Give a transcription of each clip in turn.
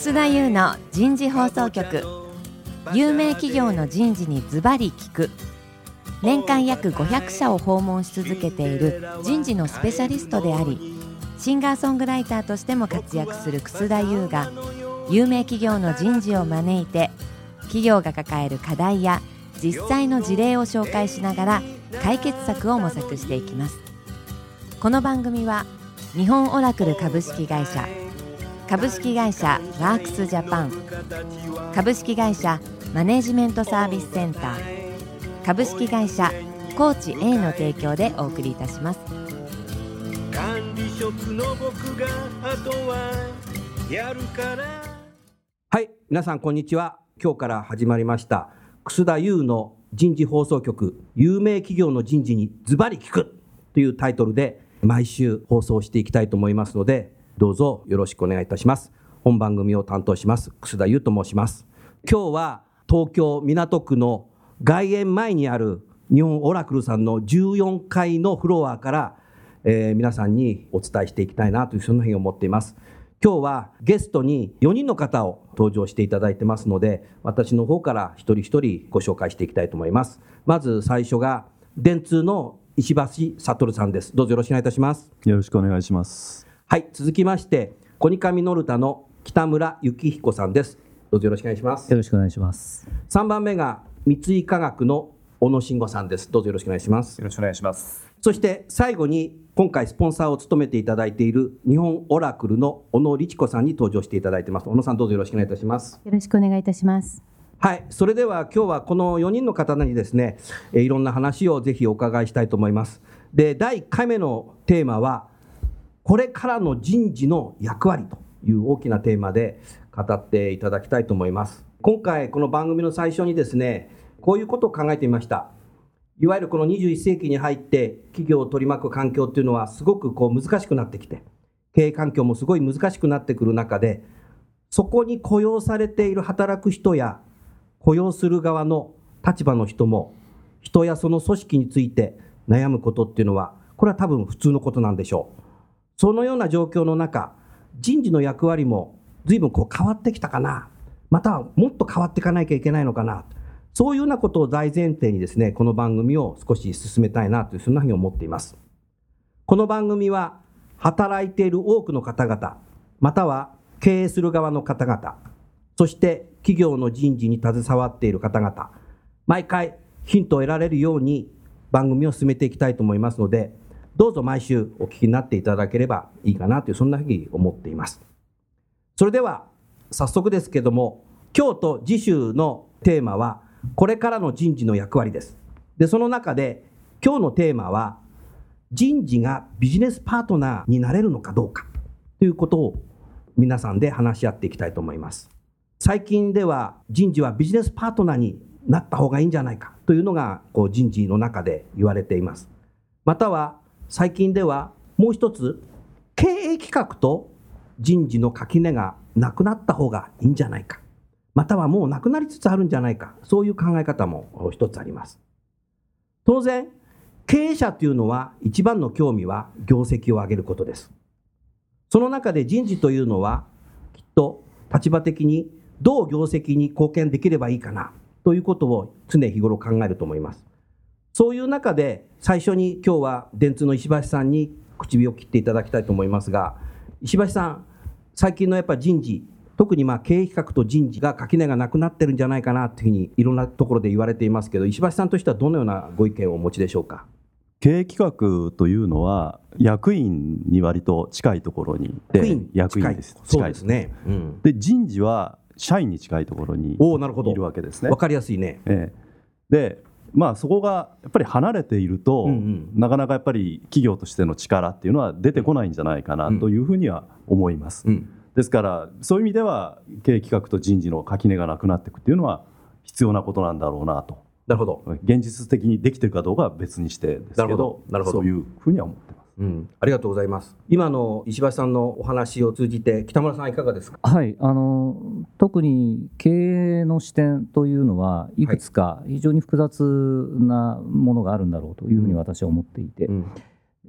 楠田優の人事放送局。有名企業の人事にズバリ聞く。年間約500社を訪問し続けている人事のスペシャリストであり、シンガーソングライターとしても活躍する楠田優が、有名企業の人事を招いて企業が抱える課題や実際の事例を紹介しながら解決策を模索していきます。この番組は日本オラクル株式会社、株式会社ワークスジャパン、株式会社マネジメントサービスセンター、株式会社コーチ A の提供でお送りいたします。 管理職の僕があとはやるから。 はい、皆さんこんにちは。今日から始まりました楠田優の人事放送局、有名企業の人事にズバリ聞くというタイトルで毎週放送していきたいと思いますので、どうぞよろしくお願いいたします。本番組を担当します楠田優と申します。今日は東京港区の外苑前にある日本オラクルさんの14階のフロアから、皆さんにお伝えしていきたいなという、そんなふうに思っています。今日はゲストに4人の方を登場していただいてますので、私の方から一人一人ご紹介していきたいと思います。まず最初が電通の石橋悟さんです。どうぞよろしくお願いいたします。 よろしくお願いします。 はい、続きましてコニカミノルタの北村幸彦さんです。どうぞよろしくお願いします。 よろしくお願いします。 3番目が三井化学の小野慎吾さんです。どうぞよろしくお願いします。 よろしくお願いします。 そして最後に今回スポンサーを務めていただいている日本オラクルの小野律子さんに登場していただいています。小野さん、どうぞよろしくお願いいたします。 よろしくお願いいたします。 はい、それでは今日はこの4人の方にですね、いろんな話をぜひお伺いしたいと思います。で、第1回目のテーマはこれからの人事の役割という大きなテーマで語っていただきたいと思います。今回この番組の最初にですね、こういうことを考えてみました。いわゆるこの21世紀に入って企業を取り巻く環境っていうのはすごく難しくなってきて、経営環境もすごい難しくなってくる中で、そこに雇用されている働く人や雇用する側の立場の人も、人やその組織について悩むことっていうのは、これは多分普通のことなんでしょう。そのような状況の中、人事の役割も随分変わってきたかな、またはもっと変わっていかなきゃいけないのかな、そういうようなことを大前提にですね、この番組を少し進めたいなという、そんなふうに思っています。この番組は働いている多くの方々、または経営する側の方々、そして企業の人事に携わっている方々、毎回ヒントを得られるように番組を進めていきたいと思いますので、どうぞ毎週お聞きになっていただければいいかなという、そんなふうに思っています。それでは早速ですけども、今日と次週のテーマはこれからの人事の役割です。で、その中で今日のテーマは、人事がビジネスパートナーになれるのかどうかということを皆さんで話し合っていきたいと思います。最近では人事はビジネスパートナーになった方がいいんじゃないかというのが人事の中で言われています。または最近ではもう一つ、経営企画と人事の垣根がなくなった方がいいんじゃないか、またはもうなくなりつつあるんじゃないか、そういう考え方も一つあります。当然経営者というのは一番の興味は業績を上げることです。その中で人事というのはきっと立場的にどう業績に貢献できればいいかなということを常日頃考えると思います。そういう中で最初に今日は電通の石橋さんに口火を切っていただきたいと思いますが、石橋さん、最近のやっぱ人事、特に経営企画と人事が垣根がなくなってるんじゃないかなというふうにいろんなところで言われていますけど、石橋さんとしてはどのようなご意見をお持ちでしょうか。 経営企画というのは役員に割と近いところにいて、役員です。 そうですね、 で人事は社員に近いところにいるわけですね。 分かりやすいね。 でそこがやっぱり離れていると、なかなかやっぱり企業としての力っていうのは出てこないんじゃないかなというふうには思います。ですからそういう意味では経営企画と人事の垣根がなくなっていくっていうのは必要なことなんだろうなと。 なるほど。 現実的にできているかどうかは別にしてですけど、そういうふうには思ってます。 ありがとうございます。今の石橋さんのお話を通じて北村さんいかがですか。 はい、特に経営の視点というのはいくつか非常に複雑なものがあるんだろうというふうに私は思っていて、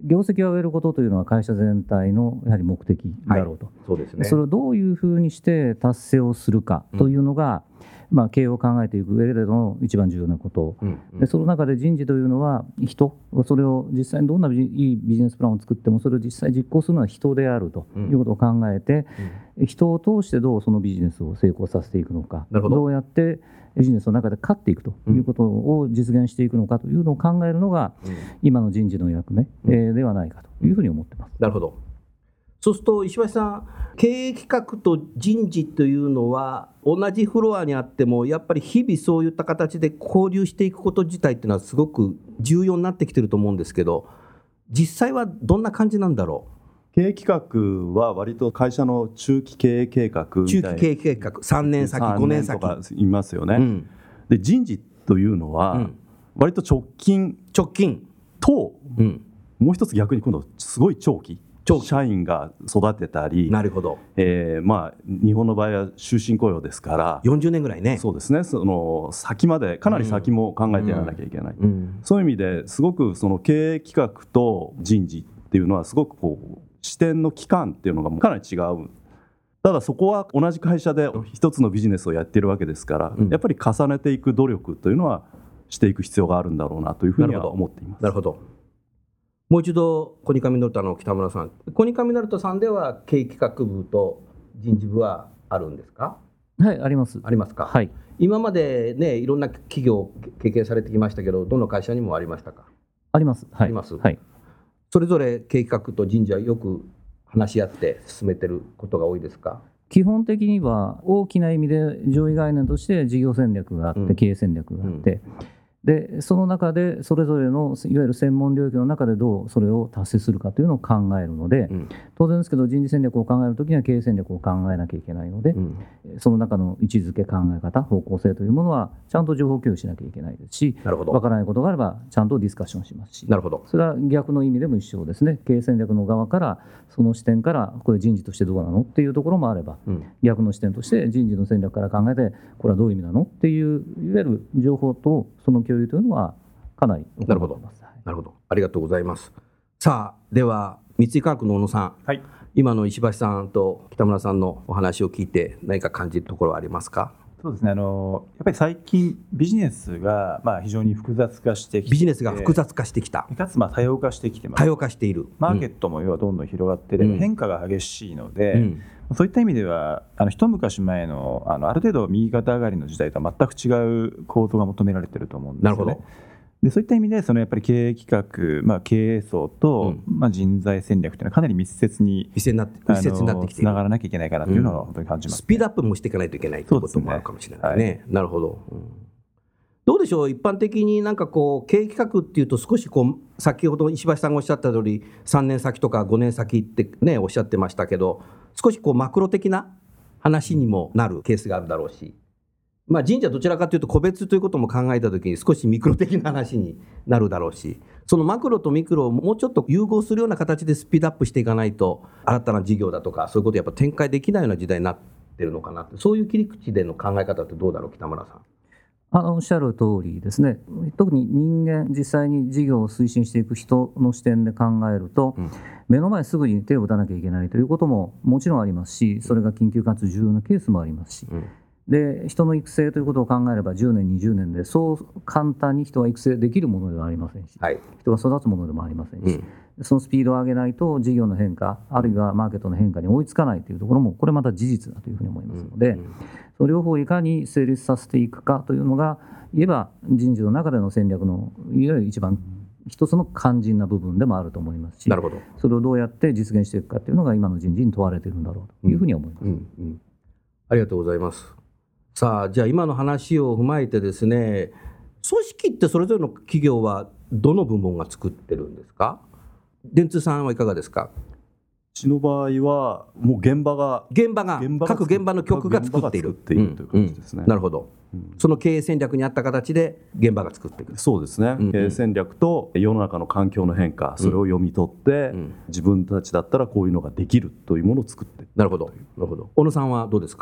業績を上げることというのは会社全体のやはり目的だろうと、 そうですね。 それをどういうふうにして達成をするかというのが、経営を考えていく上での一番重要なこと、でその中で人事というのは人、それを実際にどんないいビジネスプランを作ってもそれを実際実行するのは人であるということを考えて、人を通してどうそのビジネスを成功させていくのか、どうやってビジネスの中で勝っていくということを実現していくのかというのを考えるのが今の人事の役目ではないかというふうに思っています。 なるほど。そうすると石橋さん、経営企画と人事というのは同じフロアにあってもやっぱり日々そういった形で交流していくこと自体っていうのはすごく重要になってきてると思うんですけど、実際はどんな感じなんだろう。 経営企画は割と会社の中期経営計画みたいな、 中期経営計画3年先5年先とか言いますよね、で人事というのは割と直近と、もう一つ逆に今度すごい長期社員が育てたり、 なるほど、 日本の場合は終身雇用ですから 40年ぐらいね。 そうですね、その先までかなり先も考えてやらなきゃいけない、そういう意味ですごくその経営企画と人事っていうのはすごくこう視点の期間っていうのがかなり違う。ただそこは同じ会社で一つのビジネスをやっているわけですから、やっぱり重ねていく努力というのはしていく必要があるんだろうなというふうには思っています。 なるほど。もう一度コニカミノルタの北村さん、コニカミノルタさんでは経営企画部と人事部はあるんですか？ はい、あります。 ありますか？ はい。 今までね、いろんな企業を経験されてきましたけど、どの会社にもありましたか？ あります。はい、 あります。 はい。 それぞれ経営企画と人事はよく話し合って進めてることが多いですか？ 基本的には大きな意味で上位概念として事業戦略があって、経営戦略があって、でその中でそれぞれのいわゆる専門領域の中でどうそれを達成するかというのを考えるので、当然ですけど人事戦略を考えるときには経営戦略を考えなきゃいけないので、その中の位置づけ、考え方、方向性というものはちゃんと情報共有しなきゃいけないですし、わからないことがあればちゃんとディスカッションしますし、 なるほど。 それは逆の意味でも一緒ですね。経営戦略の側からその視点からこれ人事としてどうなのっていうところもあれば、逆の視点として人事の戦略から考えてこれはどういう意味なのっていういわゆる情報とその共有というのはかなり行っています。 なるほど、ありがとうございます。さあ、では三井化学の小野さん、今の石橋さんと北村さんのお話を聞いて何か感じるところはありますか？ そうですね、やっぱり最近ビジネスが非常に複雑化してきて、 ビジネスが複雑化してきた、 かつ多様化してきてます。 多様化している。 マーケットも要はどんどん広がってで、変化が激しいので、そういった意味では一昔前のある程度右肩上がりの時代とは全く違う構造が求められていると思うんですよね。 なるほど。 でそういった意味でやっぱり経営企画、経営層と、人材戦略というのはかなり密接になってきている、つながらなきゃいけないかなというのは本当に感じます、ね。 スピードアップもしていかないといけないということもあるかもしれないね。なるほど。どうでしょう、一般的になんかこう経営企画っていうと少しこう先ほど石橋さんがおっしゃった通り3年先とか5年先ってねおっしゃってましたけど、少しこうマクロ的な話にもなるケースがあるだろうし、人事はどちらかというと個別ということも考えたときに少しミクロ的な話になるだろうし、そのマクロとミクロをもうちょっと融合するような形でスピードアップしていかないと新たな事業だとかそういうことをやっぱ展開できないような時代になってるのかなって、そういう切り口での考え方ってどうだろう、北村さん。 おっしゃる通りですね。特に人間、実際に事業を推進していく人の視点で考えると、目の前すぐに手を打たなきゃいけないということももちろんありますし、それが緊急かつ重要なケースもありますし、で人の育成ということを考えれば10年20年でそう簡単に人は育成できるものではありませんし、人が育つものでもありませんし、そのスピードを上げないと事業の変化あるいはマーケットの変化に追いつかないというところもこれまた事実だというふうに思いますので、その両方をいかに成立させていくかというのが言えば人事の中での戦略のいわゆる一番一つの肝心な部分でもあると思いますし、それをどうやって実現していくかというのが今の人事に問われているんだろうというふうに思います。 ありがとうございます。さあ、じゃあ今の話を踏まえてですね、組織ってそれぞれの企業はどの部門が作ってるんですか？電通さんはいかがですか？ うちの場合はもう現場が各現場の局が作っているという感じですね。 なるほど。その経営戦略に合った形で現場が作っていく。 そうですね、経営戦略と世の中の環境の変化、それを読み取って、自分たちだったらこういうのができるというものを作っていく。 なるほど。小野さんはどうですか？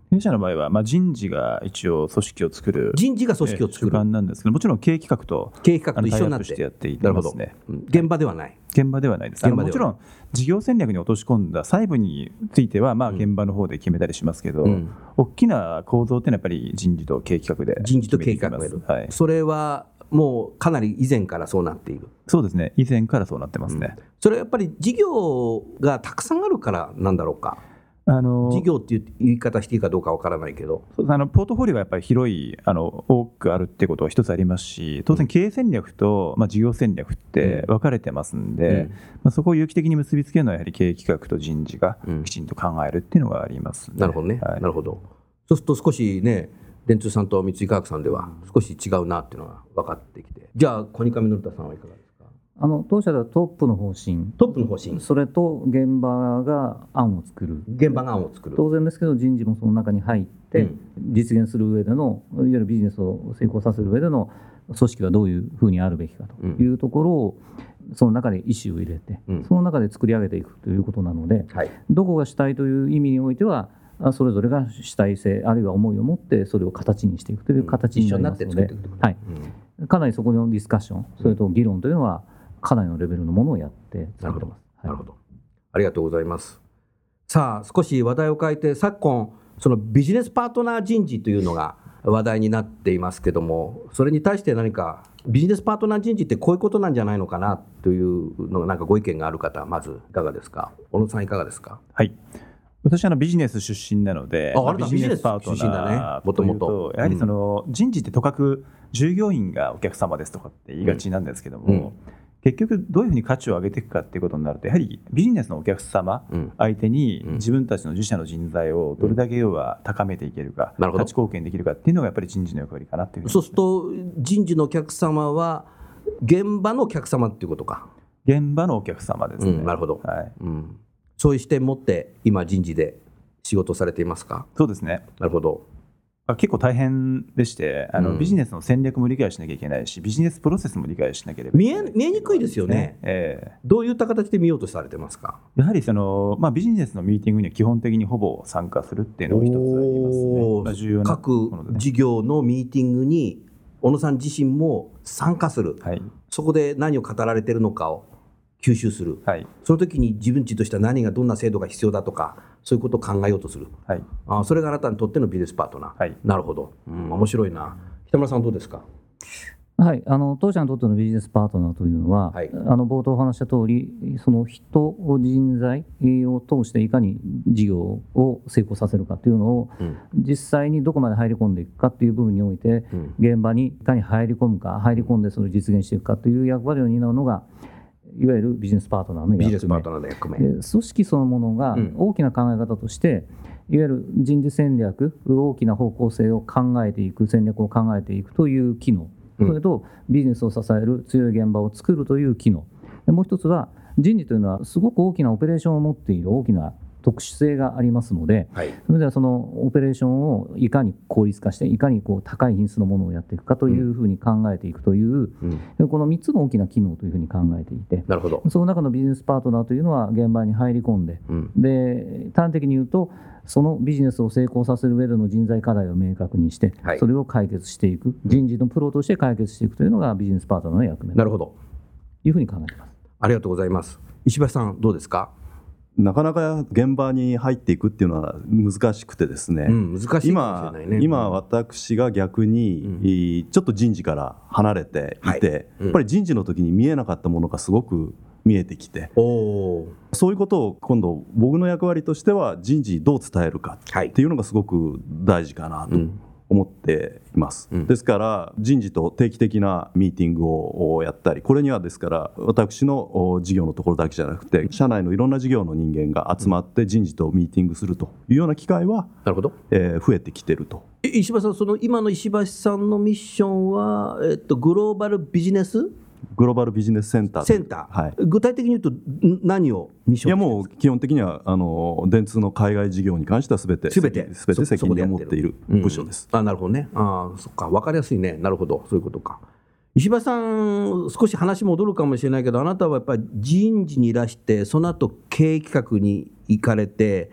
弊社の場合は、人事が一応組織を作る、 人事が組織を作る主幹なんですけど、もちろん経営企画と一緒になってタイアップしてやっていますね。 現場ではない。 現場ではないです。もちろん事業戦略に落とし込んだ細部については現場の方で決めたりしますけど、大きな構造っていうのはやっぱり人事と経営企画で決めていきます。 それはもうかなり以前からそうなっている。 そうですね、以前からそうなってますね。 それはやっぱり事業がたくさんあるからなんだろうか。事業っていう言い方していいかどうかわからないけど、 ポートフォリオがやっぱり広い多くあるってことは一つありますし、当然経営戦略と事業戦略って分かれてますんで、そこを有機的に結びつけるのはやはり経営企画と人事がきちんと考えるっていうのがあります、 なるほどね、なるほど。そうすると少しね、電通さんと三井化学さんでは少し違うなっていうのが分かってきて、じゃあコニカミノルタさんはいかがですか？ 当社ではトップの方針、それと現場が案を作る、当然ですけど人事もその中に入って実現する上での、いわゆるビジネスを成功させる上での組織はどういうふうにあるべきかというところをその中で意思を入れて、その中で作り上げていくということなので、どこが主体という意味においてはそれぞれが主体性あるいは思いを持ってそれを形にしていくという形になりますので、かなりそこのディスカッション、それと議論というのはかなりのレベルのものをやって作ってます。 なるほど、ありがとうございます。さあ少し話題を変えて、昨今そのビジネスパートナー人事というのが話題になっていますけども、それに対して何かビジネスパートナー人事ってこういうことなんじゃないのかなというのがなんかご意見がある方、まずいかがですか？小野さんいかがですか？ はい、私はビジネス出身なので、 ビジネスパートナーというと、 やはりその人事ってとかく従業員がお客様ですとかって言いがちなんですけども、結局どういうふうに価値を上げていくかっていうことになると、やはりビジネスのお客様相手に自分たちの自社の人材をどれだけ要は高めていけるか、価値貢献できるかっていうのがやっぱり人事の役割かなっていうふうに。 そうすると人事のお客様は現場のお客様っていうことか。 現場のお客様ですね。 なるほど、そういう視点を持って今人事で仕事されていますか？ そうですね。 なるほど。 結構大変でして、ビジネスの戦略も理解しなきゃいけないし、ビジネスプロセスも理解しなければいけない。 見えにくいですよね。どういった形で見ようとされてますか？ やはりビジネスのミーティングには基本的にほぼ参加するっていうのが一つありますね。重要な各事業のミーティングに小野さん自身も参加する、そこで何を語られているのかを吸収する、その時に自分ちとしては何がどんな制度が必要だとか、そういうことを考えようとする、それがあなたにとってのビジネスパートナー、なるほど、面白いな。北村さんどうですか？ 当社にとってのビジネスパートナーというのは、冒頭お話した通り、その人人材を通していかに事業を成功させるかというのを、実際にどこまで入り込んでいくかという部分において、現場にいかに入り込むか、入り込んでそれを実現していくかという役割を担うのがいわゆるビジネスパートナーの役目。組織そのものが大きな考え方として、いわゆる人事戦略、大きな方向性を考えていく、戦略を考えていくという機能、それとビジネスを支える強い現場を作るという機能、もう一つは人事というのはすごく大きなオペレーションを持っている大きな特殊性がありますので、それではそのオペレーションをいかに効率化して、いかに高い品質のものをやっていくかというふうに考えていくという、この3つの大きな機能というふうに考えていて、その中のビジネスパートナーというのは現場に入り込んで、で端的に言うとそのビジネスを成功させる上での人材課題を明確にして、それを解決していく、人事のプロとして解決していくというのがビジネスパートナーの役目というふうに考えています。 ありがとうございます。石橋さんどうですか？ なかなか現場に入っていくっていうのは難しくてですね、 難しいかもしれないね。 今私が逆にちょっと人事から離れていて、やっぱり人事の時に見えなかったものがすごく見えてきて、そういうことを今度僕の役割としては人事どう伝えるかっていうのがすごく大事かなと思っています、ですから人事と定期的なミーティングをやったり、これにはですから私の事業のところだけじゃなくて社内のいろんな事業の人間が集まって人事とミーティングするというような機会は増えてきていると。 石橋さん、その今の石橋さんのミッションは、グローバルビジネスセンター、具体的に言うと何をミッションしてるんですか？いや、もう基本的には電通の海外事業に関しては全て責任を持っている部署です。 なるほどね。そっか、分かりやすいね。なるほど、そういうことか。石橋さん、少し話戻るかもしれないけど、あなたはやっぱり人事にいらして、その後経営企画に行かれて、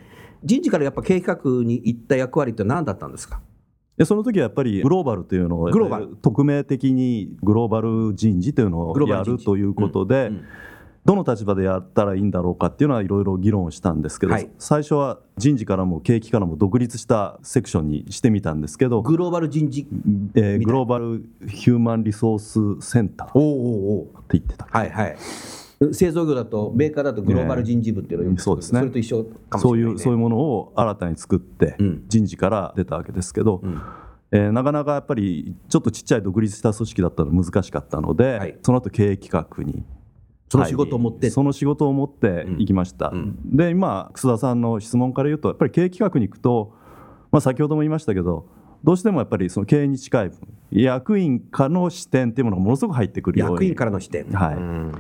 人事からやっぱ経営企画に行った役割って何だったんですか？ でその時はやっぱりグローバルというのを匿名的にグローバル人事というのをやるということで、どの立場でやったらいいんだろうかっていうのはいろいろ議論したんですけど、はい、最初は人事からも経営からも独立したセクションにしてみたんですけど、 グローバル人事、 グローバルヒューマンリソースセンターって言ってた。 はいはい。製造業だとメーカーだとグローバル人事部っていうのをよく、 そうですね、 それと一緒かもしれないね。 そういうものを新たに作って人事から出たわけですけど、なかなかやっぱりちょっとちっちゃい独立した組織だったの難しかったので、はい、その後経営企画にその仕事を持って行きました、で今楠田さんの質問から言うと、やっぱり経営企画に行くと、先ほども言いましたけど、どうしてもやっぱりその経営に近い役員からの視点っていうものがものすごく入ってくるように。 役員からの視点、 はい、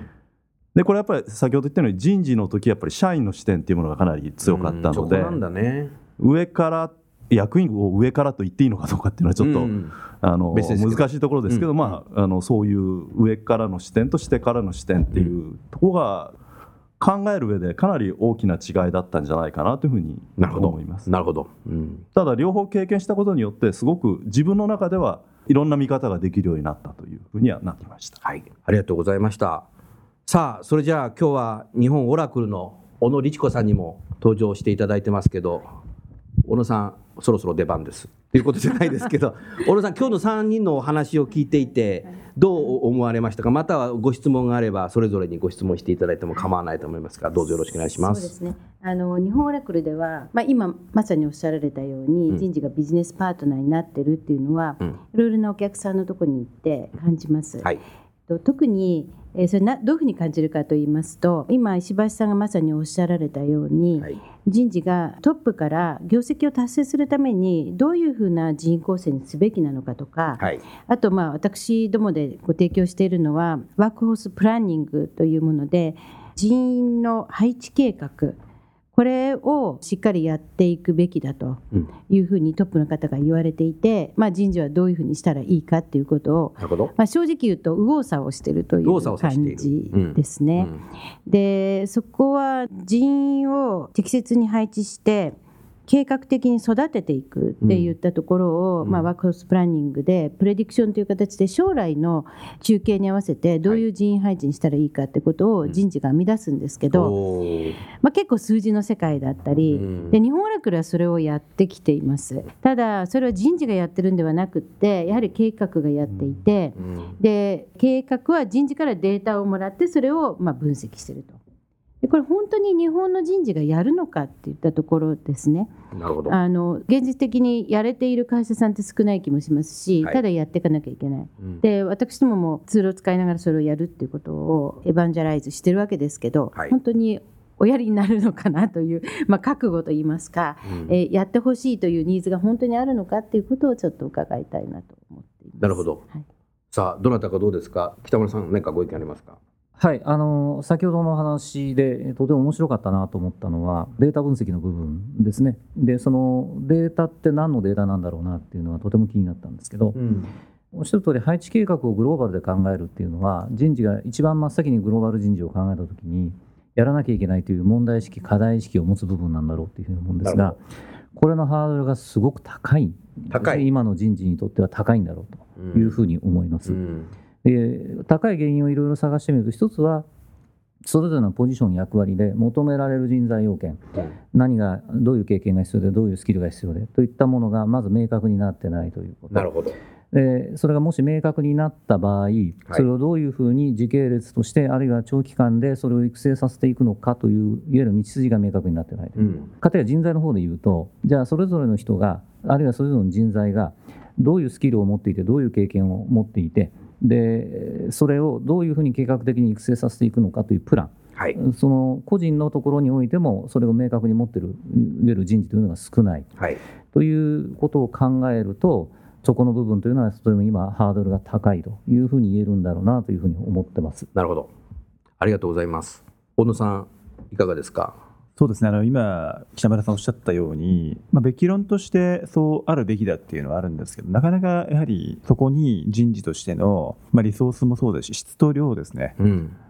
でこれやっぱり先ほど言ったように人事の時やっぱり社員の視点っていうものがかなり強かったので、 そこなんだね。 上から役員を上からと言っていいのかどうかっていうのはちょっと、難しいところですけど、そういう上からの視点としてからの視点っていうところが考える上でかなり大きな違いだったんじゃないかなというふうに思います。 なるほど、 ただ両方経験したことによってすごく自分の中ではいろんな見方ができるようになったというふうにはなっていました。 はい、ありがとうございました。さあそれじゃあ今日は日本オラクルの小野律子さんにも登場していただいてますけど、小野さんそろそろ出番ですということじゃないですけど小野さん、今日の3人のお話を聞いていてどう思われましたか？またはご質問があればそれぞれにご質問していただいても構わないと思いますが、どうぞよろしくお願いします。 そうですね、日本オラクルでは、今まさにおっしゃられたように、人事がビジネスパートナーになってるっていうのは、いろいろなお客さんのところに行って感じます、はい、特にそれどういうふうに感じるかといいますと、今石橋さんがまさにおっしゃられたように、はい、人事がトップから業績を達成するためにどういうふうな人員構成にすべきなのかとか、はい、あと私どもでご提供しているのはワークホースプランニングというもので、人員の配置計画、これをしっかりやっていくべきだというふうにトップの方が言われていて、人事はどういうふうにしたらいいかということを、正直言うと右往左往しているという感じですね。でそこは人員を適切に配置して計画的に育てていくっていったところを、ワークホースプランニングでプレディクションという形で将来の中継に合わせてどういう人員配置にしたらいいかってことを人事が編み出すんですけど、結構数字の世界だったりで、日本オラクルはそれをやってきています。ただそれは人事がやってるんではなくって、やはり経営画がやっていて、で経営画は人事からデータをもらってそれを分析していると。これ本当に日本の人事がやるのかっていったところですね。 なるほど。 現実的にやれている会社さんって少ない気もしますし、ただやっていかなきゃいけない、で私どももツールを使いながらそれをやるっていうことをエヴァンジャライズしてるわけですけど、本当におやりになるのかなという、覚悟といいますか、やってほしいというニーズが本当にあるのかっていうことをちょっと伺いたいなと思っています。 なるほど、はい、さあどなたかどうですか？北村さん、何かご意見ありますか？ はい、先ほどの話でとても面白かったなと思ったのはデータ分析の部分ですね。でそのデータって何のデータなんだろうなっていうのはとても気になったんですけど、おっしゃる通り配置計画をグローバルで考えるっていうのは、人事が一番真っ先にグローバル人事を考えたときにやらなきゃいけないという問題意識、課題意識を持つ部分なんだろうというふうに思うんですが、これのハードルがすごく高い、今の人事にとっては高いんだろうというふうに思います。高い原因をいろいろ探してみると、一つはそれぞれのポジション、役割で求められる人材要件、何がどういう経験が必要でどういうスキルが必要でといったものがまず明確になってないということ。 なるほど。 それがもし明確になった場合、それをどういうふうに時系列として、あるいは長期間でそれを育成させていくのかという、いわゆる道筋が明確になってないという、かたや人材の方でいうと、じゃあそれぞれの人が、あるいはそれぞれの人材がどういうスキルを持っていて、どういう経験を持っていて、でそれをどういうふうに計画的に育成させていくのかというプラン、その個人のところにおいてもそれを明確に持っている、いわゆる人事というのが少ない、ということを考えると、そこの部分というのはとても今ハードルが高いというふうに言えるんだろうなというふうに思ってます。 なるほど、ありがとうございます。小野さん、いかがですか？ そうですね、今北村さんおっしゃったように、べき論としてそうあるべきだっていうのはあるんですけど、なかなかやはりそこに人事としての、リソースもそうですし質と量ですね、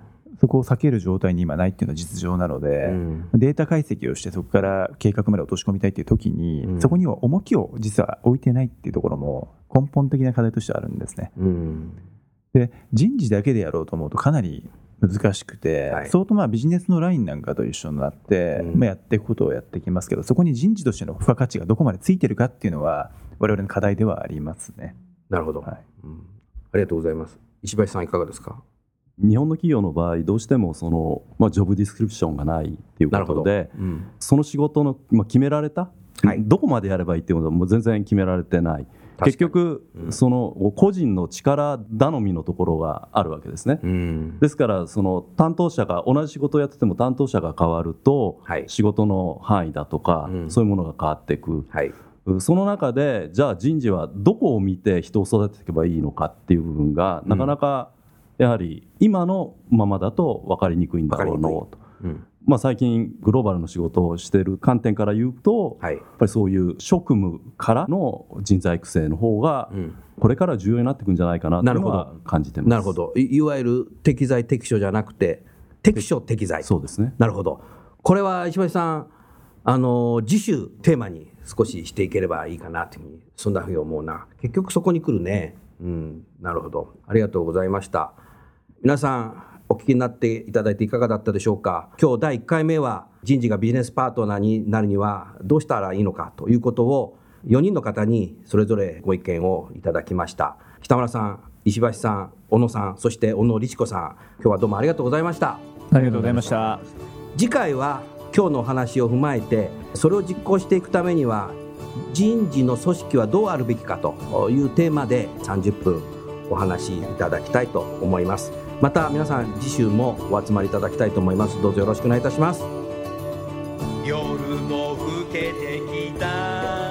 そこを避ける状態に今ないっていうのは実情なので、データ解析をしてそこから計画まで落とし込みたいっていう時に、そこには重きを実は置いてないっていうところも根本的な課題としてあるんですね。で人事だけでやろうと思うとかなり難しくて、相当ビジネスのラインなんかと一緒になって、やっていくことをやっていきますけど、そこに人事としての付加価値がどこまでついてるかっていうのは我々の課題ではありますね。 なるほど、ありがとうございます。石橋さんいかがですか？ 日本の企業の場合どうしてもジョブディスクリプションがないっていうことで、その仕事の、決められた、どこまでやればいいっていうことはもう全然決められてない。結局、その個人の力頼みのところがあるわけですね。ですからその担当者が同じ仕事をやってても担当者が変わると、仕事の範囲だとか、そういうものが変わっていく、その中でじゃあ人事はどこを見て人を育てていけばいいのかっていう部分がなかなかやはり今のままだと分かりにくいんだろうなと。最近グローバルの仕事をしている観点から言うと、やっぱりそういう職務からの人材育成の方がこれから重要になっていくんじゃないかなというのは感じてます。 なるほど。いわゆる適材適所じゃなくて適所適材。 そうですね。 なるほど。これは石橋さん次週テーマに少ししていければいいかなというふうにそんなふうに思うな。結局そこに来るね。なるほど。ありがとうございました。皆さんお聞きになっていただいていかがだったでしょうか。今日第1回目は人事がビジネスパートナーになるにはどうしたらいいのかということを4人の方にそれぞれご意見をいただきました。北村さん、石橋さん、小野さん、そして小野律子さん、今日はどうもありがとうございました。 ありがとうございました。 次回は今日のお話を踏まえてそれを実行していくためには人事の組織はどうあるべきかというテーマで30分お話しいただきたいと思います。また皆さん次週もお集まりいただきたいと思います。どうぞよろしくお願いいたします。 夜も更けてきた。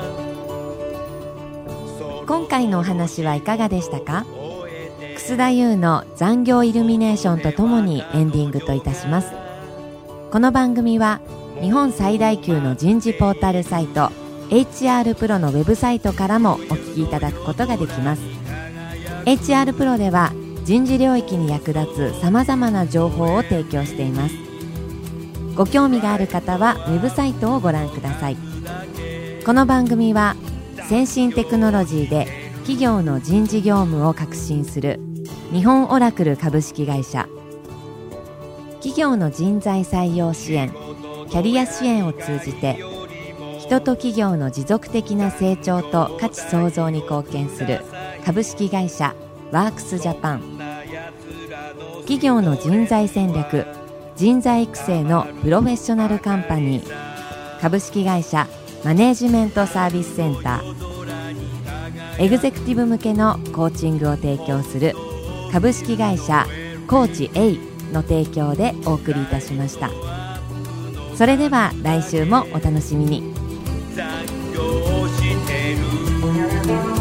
今回のお話はいかがでしたか？楠田優の残業イルミネーションとともにエンディングといたします。この番組は日本最大級の人事ポータルサイト HR プロのウェブサイトからもお聞きいただくことができます。 HR プロでは人事領域に役立つさまざまな情報を提供しています。ご興味がある方はウェブサイトをご覧ください。この番組は先進テクノロジーで企業の人事業務を革新する日本オラクル株式会社、企業の人材採用支援、キャリア支援を通じて人と企業の持続的な成長と価値創造に貢献する株式会社ワークスジャパン、企業の人材戦略、人材育成のプロフェッショナルカンパニー株式会社マネージメントサービスセンター、エグゼクティブ向けのコーチングを提供する株式会社コーチ A の提供でお送りいたしました。それでは来週もお楽しみに。 残業してる